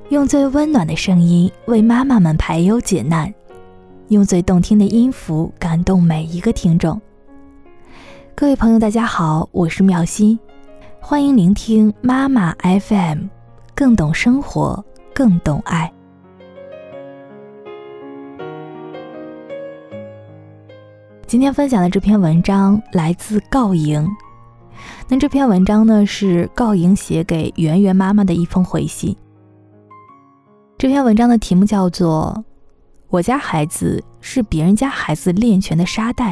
用最温暖的声音为妈妈们排忧解难，用最动听的音符感动每一个听众。各位朋友大家好，我是妙心，欢迎聆听妈妈 FM， 更懂生活，更懂爱。今天分享的这篇文章来自告莹。那这篇文章呢，是告莹写给圆圆妈妈的一封回信。这篇文章的题目叫做我家孩子是别人家孩子练拳的沙袋。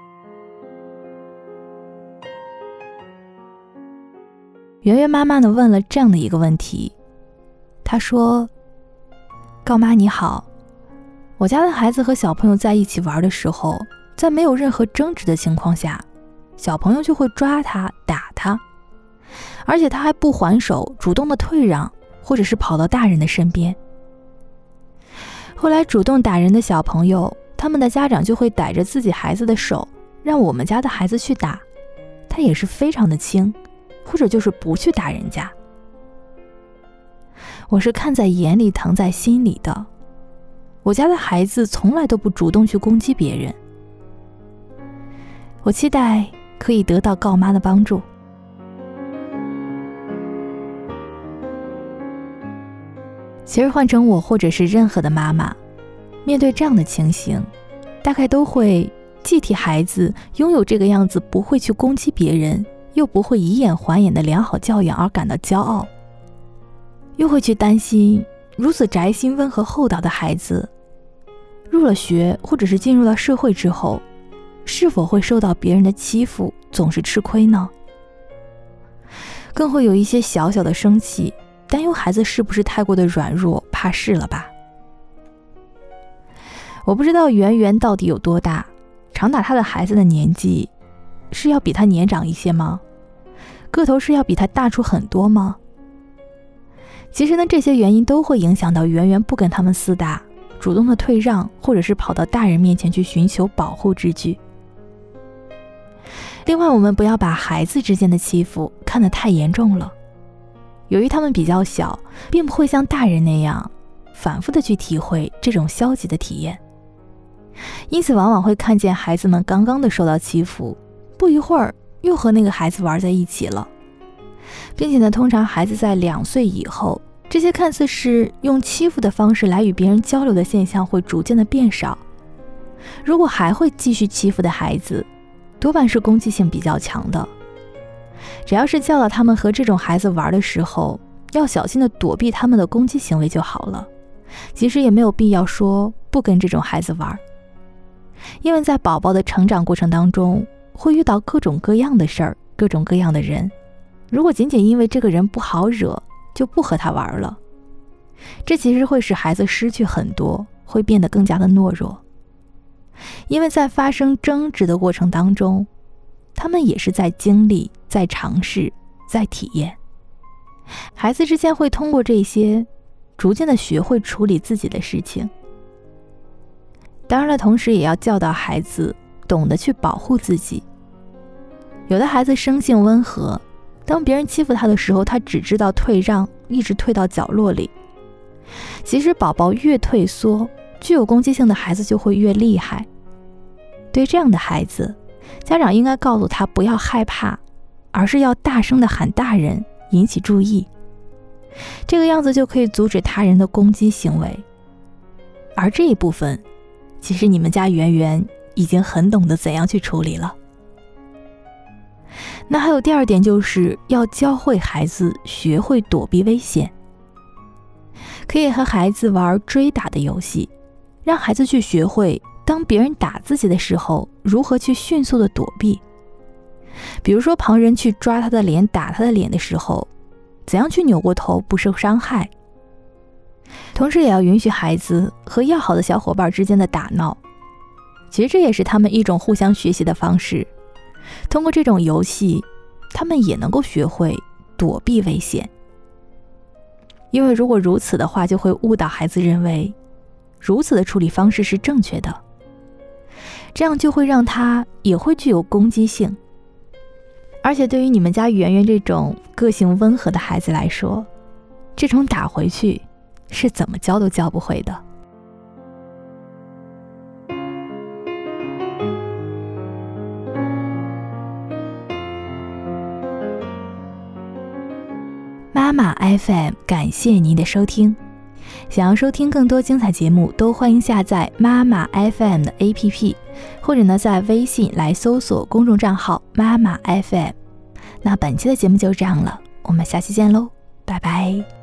圆圆妈妈呢问了这样的一个问题，她说，告妈你好，我家的孩子和小朋友在一起玩的时候，在没有任何争执的情况下，小朋友就会抓他打他，而且他还不还手，主动的退让，或者是跑到大人的身边。后来主动打人的小朋友，他们的家长就会逮着自己孩子的手，让我们家的孩子去打，他也是非常的轻，或者就是不去打人家。我是看在眼里，疼在心里的。我家的孩子从来都不主动去攻击别人。我期待可以得到告妈的帮助。其实换成我或者是任何的妈妈，面对这样的情形，大概都会既替孩子拥有这个样子不会去攻击别人，又不会以眼还眼的良好教养而感到骄傲，又会去担心如此宅心温和厚道的孩子入了学或者是进入到社会之后，是否会受到别人的欺负，总是吃亏呢？更会有一些小小的生气，担忧孩子是不是太过的软弱，怕事了吧。我不知道圆圆到底有多大，常打他的孩子的年纪是要比他年长一些吗？个头是要比他大出很多吗？其实呢，这些原因都会影响到圆圆不跟他们厮打，主动的退让，或者是跑到大人面前去寻求保护之举。另外，我们不要把孩子之间的欺负看得太严重了。由于他们比较小，并不会像大人那样反复的去体会这种消极的体验，因此往往会看见孩子们刚刚的受到欺负，不一会儿又和那个孩子玩在一起了，并且呢，通常孩子在2岁以后，这些看似是用欺负的方式来与别人交流的现象会逐渐的变少。如果还会继续欺负的孩子，多半是攻击性比较强的。只要是教导他们和这种孩子玩的时候，要小心的躲避他们的攻击行为就好了，其实也没有必要说不跟这种孩子玩。因为在宝宝的成长过程当中，会遇到各种各样的事儿，各种各样的人，如果仅仅因为这个人不好惹，就不和他玩了，这其实会使孩子失去很多，会变得更加的懦弱。因为在发生争执的过程当中，他们也是在经历，在尝试，在体验。孩子之间会通过这些逐渐的学会处理自己的事情。当然了，同时也要教导孩子懂得去保护自己。有的孩子生性温和，当别人欺负他的时候，他只知道退让，一直退到角落里。其实宝宝越退缩，具有攻击性的孩子就会越厉害。对这样的孩子，家长应该告诉他不要害怕，而是要大声地喊大人，引起注意。这个样子就可以阻止他人的攻击行为。而这一部分，其实你们家圆圆已经很懂得怎样去处理了。那还有第2点，就是要教会孩子学会躲避危险。可以和孩子玩追打的游戏，让孩子去学会当别人打自己的时候，如何去迅速的躲避。比如说旁人去抓他的脸，打他的脸的时候，怎样去扭过头不受伤害。同时也要允许孩子和要好的小伙伴之间的打闹，其实这也是他们一种互相学习的方式。通过这种游戏，他们也能够学会躲避危险。因为如果如此的话，就会误导孩子认为如此的处理方式是正确的，这样就会让他也会具有攻击性。而且对于你们家圆圆这种个性温和的孩子来说，这种打回去是怎么教都教不会的。妈妈 FM 感谢您的收听，想要收听更多精彩节目，都欢迎下载妈妈 FM 的 APP， 或者在微信来搜索公众账号妈妈 FM。 那本期的节目就这样了，我们下期见喽，拜拜。